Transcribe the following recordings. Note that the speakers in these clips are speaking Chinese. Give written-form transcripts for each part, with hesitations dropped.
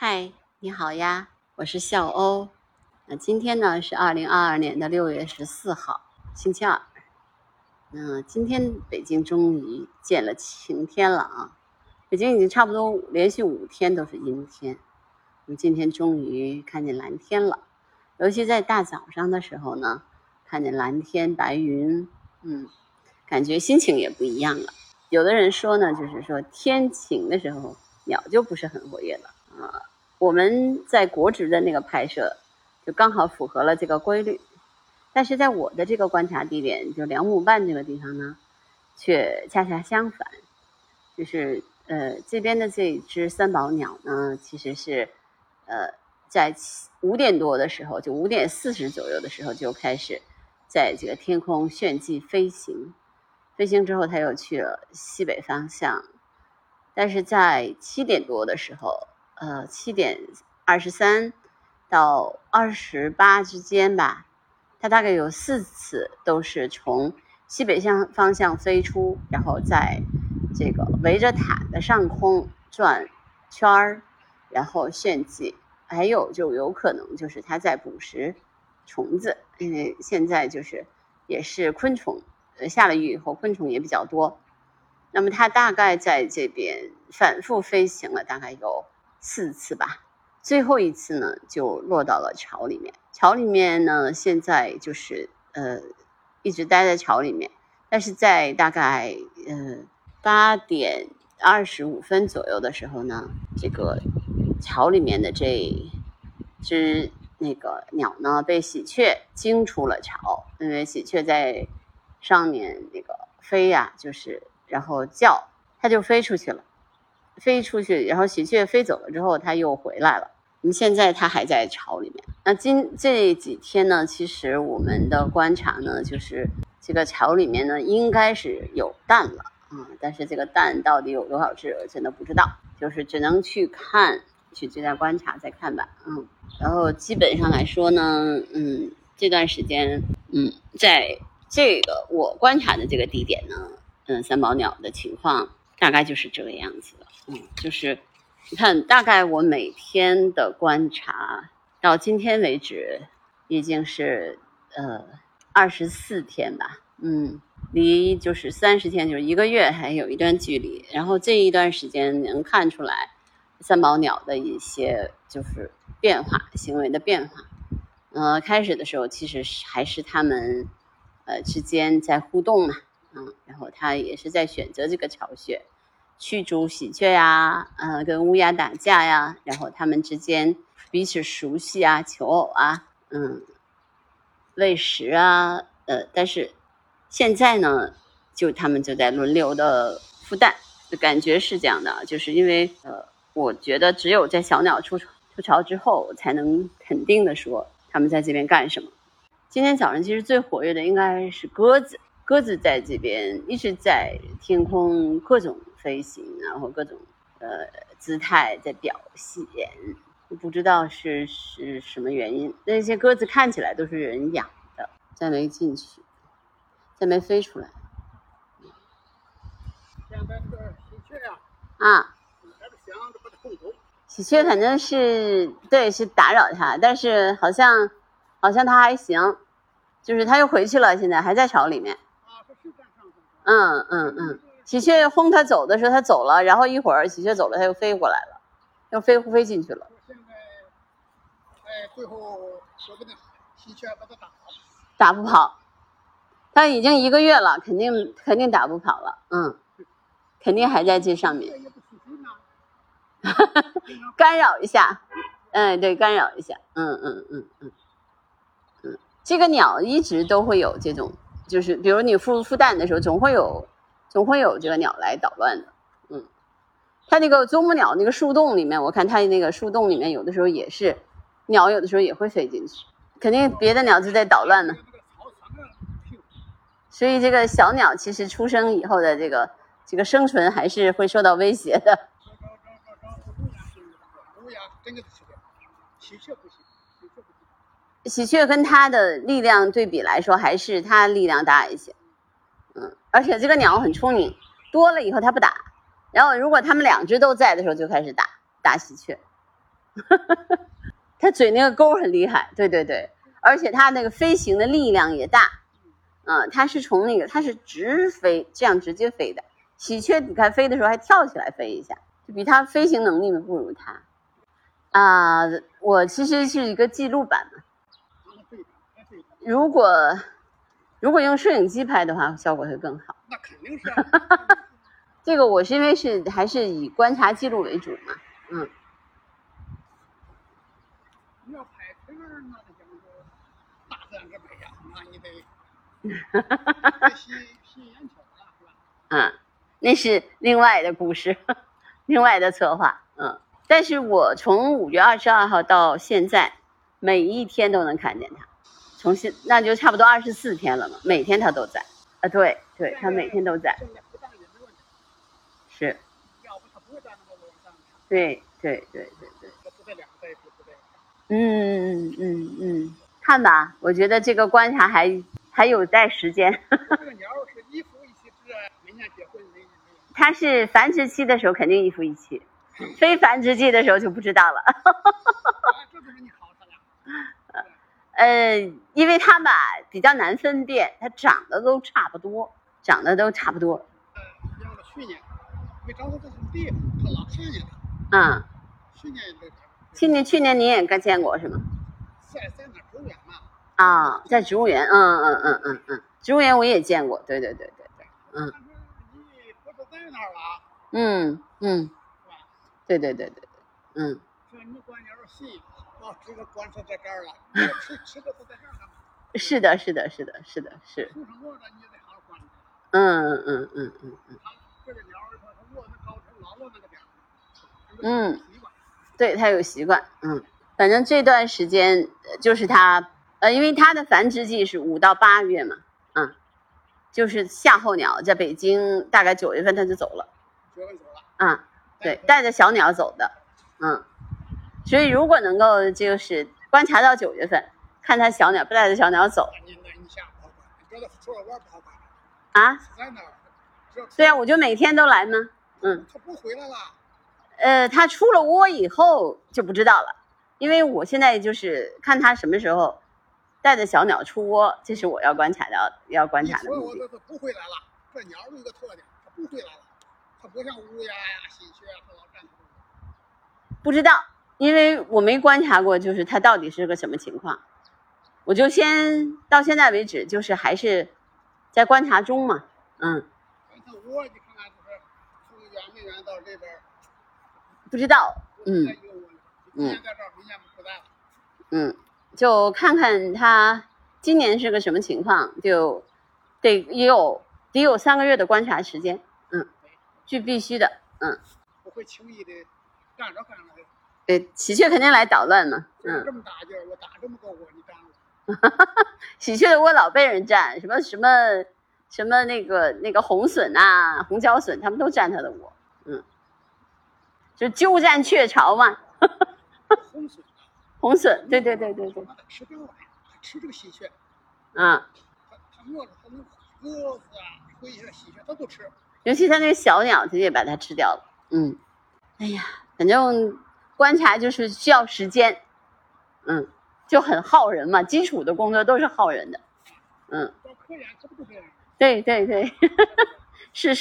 嗨，你好呀，我是笑欧。今天呢是2022年的6月14号，星期二。今天北京终于见了晴天了啊！北京已经差不多连续5天都是阴天，今天终于看见蓝天了。尤其在大早上的时候呢，看见蓝天白云，感觉心情也不一样了。有的人说呢，就是说天晴的时候鸟就不是很活跃了啊。我们在国职的那个拍摄就刚好符合了这个规律，但是在我的这个观察地点就2亩半这个地方呢，却恰恰相反，就是这边的这只三宝鸟呢，其实是在5点多的时候，就5点40左右的时候就开始在这个天空炫技飞行，飞行之后它又去了西北方向，但是在7点多的时候7点23到28之间吧，它大概有4次都是从西北方向飞出，然后在这个围着塔的上空转圈儿，然后炫技。还有就有可能就是它在捕食虫子，因为现在就是也是昆虫，下了雨以后昆虫也比较多。那么它大概在这边反复飞行了大概有4次吧，最后一次呢就落到了巢里面。巢里面呢现在就是一直待在巢里面，但是在大概8点25分左右的时候呢，这个巢里面的这只那个鸟呢被喜鹊惊出了巢，因为喜鹊在上面那个飞呀，就是然后叫，它就飞出去了，然后喜鹊飞走了之后它又回来了。现在它还在巢里面。那这几天呢，其实我们的观察呢，就是这个巢里面呢应该是有蛋了但是这个蛋到底有多少只我真的不知道，就是只能去看，去这段观察再看吧。然后基本上来说呢，这段时间在这个我观察的这个地点呢，三宝鸟的情况大概就是这个样子的。就是你看，大概我每天的观察到今天为止已经是24天吧，离就是30天，就是1个月还有一段距离。然后这一段时间能看出来三宝鸟的一些就是变化，行为的变化。开始的时候其实还是他们之间在互动嘛，然后他也是在选择这个巢穴，驱逐喜鹊呀，跟乌鸦打架呀，然后他们之间彼此熟悉啊，求偶啊，喂食啊，但是现在呢，他们就在轮流的孵蛋，感觉是这样的，就是因为我觉得只有在小鸟出巢之后，才能肯定的说他们在这边干什么。今天早上其实最活跃的应该是鸽子，鸽子在这边一直在天空各种飞行，然后各种姿态在表现，不知道是什么原因。那些鸽子看起来都是人养的，再没进去，再没飞出来。 现在这个喜鹊呀， 喜鹊反正是对，是打扰它，但是好像它还行，就是它又回去了，现在还在巢里面。喜鹊轰它走的时候，它走了，然后一会儿喜鹊走了，它又飞过来了，又飞进去了。 现在最后说不定喜鹊把它打不跑，它已经1个月了，肯定打不跑了，肯定还在这上面。干扰一下，对，干扰一下，这个鸟一直都会有这种，就是比如你孵蛋的时候，总会有这个鸟来捣乱的，它那个啄木鸟那个树洞里面，我看它那个树洞里面有的时候也是鸟，有的时候也会飞进去，肯定别的鸟就在捣乱呢。所以这个小鸟其实出生以后的这个生存还是会受到威胁的。喜鹊跟它的力量对比来说，还是它力量大一些。而且这个鸟很聪明，多了以后它不打，然后如果它们2只都在的时候就开始打喜鹊。 它嘴那个钩很厉害，对对对，而且它那个飞行的力量也大，它是从那个它是直飞，这样直接飞的。喜鹊你看飞的时候还跳起来飞一下，就比它飞行能力不如它。我其实是一个记录版嘛，如果用摄影机拍的话，效果会更好。 那肯定是这个我是因为还是以观察记录为主嘛， 你要拍片儿，那得讲究大自然之美呀，那你得吸眼球了，是吧？ 那是另外的故事，另外的策划，但是我从5月22号到现在，每一天都能看见他，那就差不多24天了嘛，每天他都在对，他每天都在，是， 要不他不会在那么晚上。 对，看吧，我觉得这个观察还有待时间。 这个鸟是一夫一妻制，明年结婚没？ 它是繁殖期的时候肯定一夫一妻，非繁殖期的时候就不知道了。 这就是你考他了。因为它吧比较难分辨，它长得都差不多。 要了去年没找到这种地方，他老看见他。 去年你也见过是吗？ 在那植物园嘛。 在植物园，植物园我也见过，对。 但是你不是在那儿了。 对。 这你观鸟细，这个观察在这儿了，吃的都在这儿干嘛？ 是的。 树上落着，你得好好观察。这个鸟它落那高处，老落那个点儿。 对，它有习惯。反正这段时间就是它，因为它的繁殖季是5到8月嘛，就是夏候鸟，在北京大概9月份它就走了。 9月份走了。 对，带着小鸟走的。所以如果能够就是观察到9月份，看它小鸟不带着小鸟走。 那你下不好观，你知道它出了窝不好观。在那儿。 对啊，我就每天都来嘛。 它不回来了。 它出了窝以后就不知道了，因为我现在就是看它什么时候带着小鸟出窝，这是我要观察的目的。 它不回来了，这鸟有一个特点，它不回来了，它不像乌鸦呀、喜鹊呀，它老站着。 不知道，因为我没观察过，就是它到底是个什么情况，我就到现在为止就是还是在观察中嘛。 它窝你看看，就是从远没远到这边。 不知道。 今年在这儿，明年不在了。 就看看它今年是个什么情况，就得有3个月的观察时间。这必须的。 不会轻易的干着。 对，喜鹊肯定来捣乱嘛。 这么大劲儿，我打这么个窝，你占了。喜鹊的窝老被人占，什么那个红隼啊、红椒隼，他们都占它的窝。就鸠占鹊巢嘛。红隼，对。 吃这玩意儿，吃这个喜鹊。 它饿了，它能鸽子啊、灰啊、喜鹊它都吃。 尤其它那个小鸟，它也把它吃掉了。哎呀，反正观察就是需要时间。就很耗人嘛，基础的工作都是耗人的。对。是。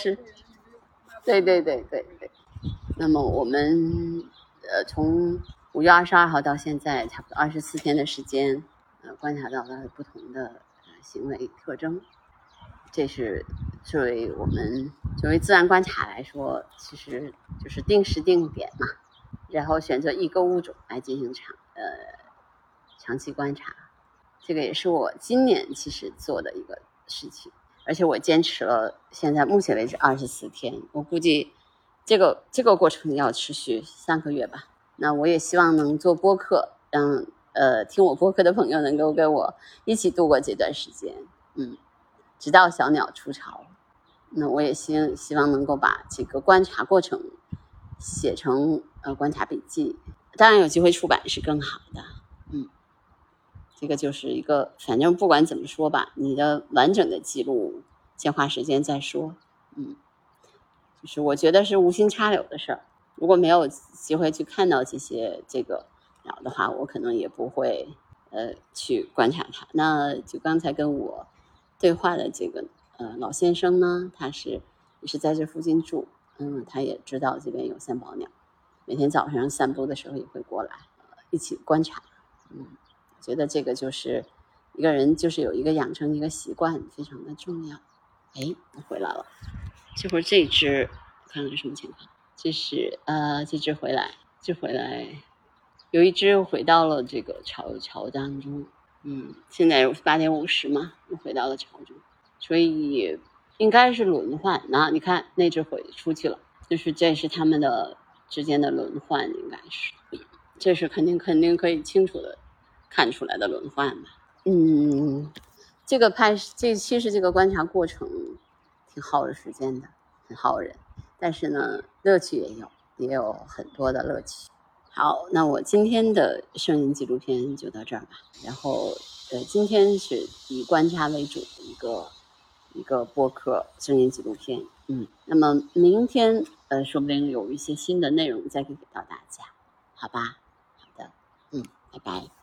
对。那么我们从5月22号到现在差不多24天的时间，观察到了不同的行为特征。这是作为自然观察来说，其实就是定时定点嘛，然后选择一个物种来进行长期观察。这个也是我今年其实做的一个事情，而且我坚持了现在目前为止24天，我估计这个过程要持续3个月吧。那我也希望能做播客，让听我播客的朋友能够跟我一起度过这段时间，直到小鸟出巢。那我也希望能够把这个观察过程写成观察笔记，当然有机会出版是更好的。这个就是一个，反正不管怎么说吧，你的完整的记录，先花时间再说。就是我觉得是无心插柳的事儿。 如果没有机会去看到这个鸟的话，我可能也不会去观察它。那就刚才跟我对话的这个老先生呢，他也是在这附近住，他也知道这边有三宝鸟，每天早上散步的时候也会过来一起观察。觉得这个就是一个人就是有一个养成一个习惯非常的重要。哎，我回来了，这会儿这只看看什么情况？这只回来，有一只又回到了这个巢当中。现在有8点50嘛，又回到了巢中，所以应该是轮换。那你看那只出去了，就是这是他们的之间的轮换，应该是，这是肯定可以清楚的看出来的轮换吧。其实这个观察过程挺耗着时间的，很耗人，但是呢，乐趣也有很多的乐趣。好，那我今天的声音纪录片就到这儿吧。然后，今天是以观察为主的一个播客声音纪录片。那么明天说不定有一些新的内容再给到大家，好吧？好的，拜拜。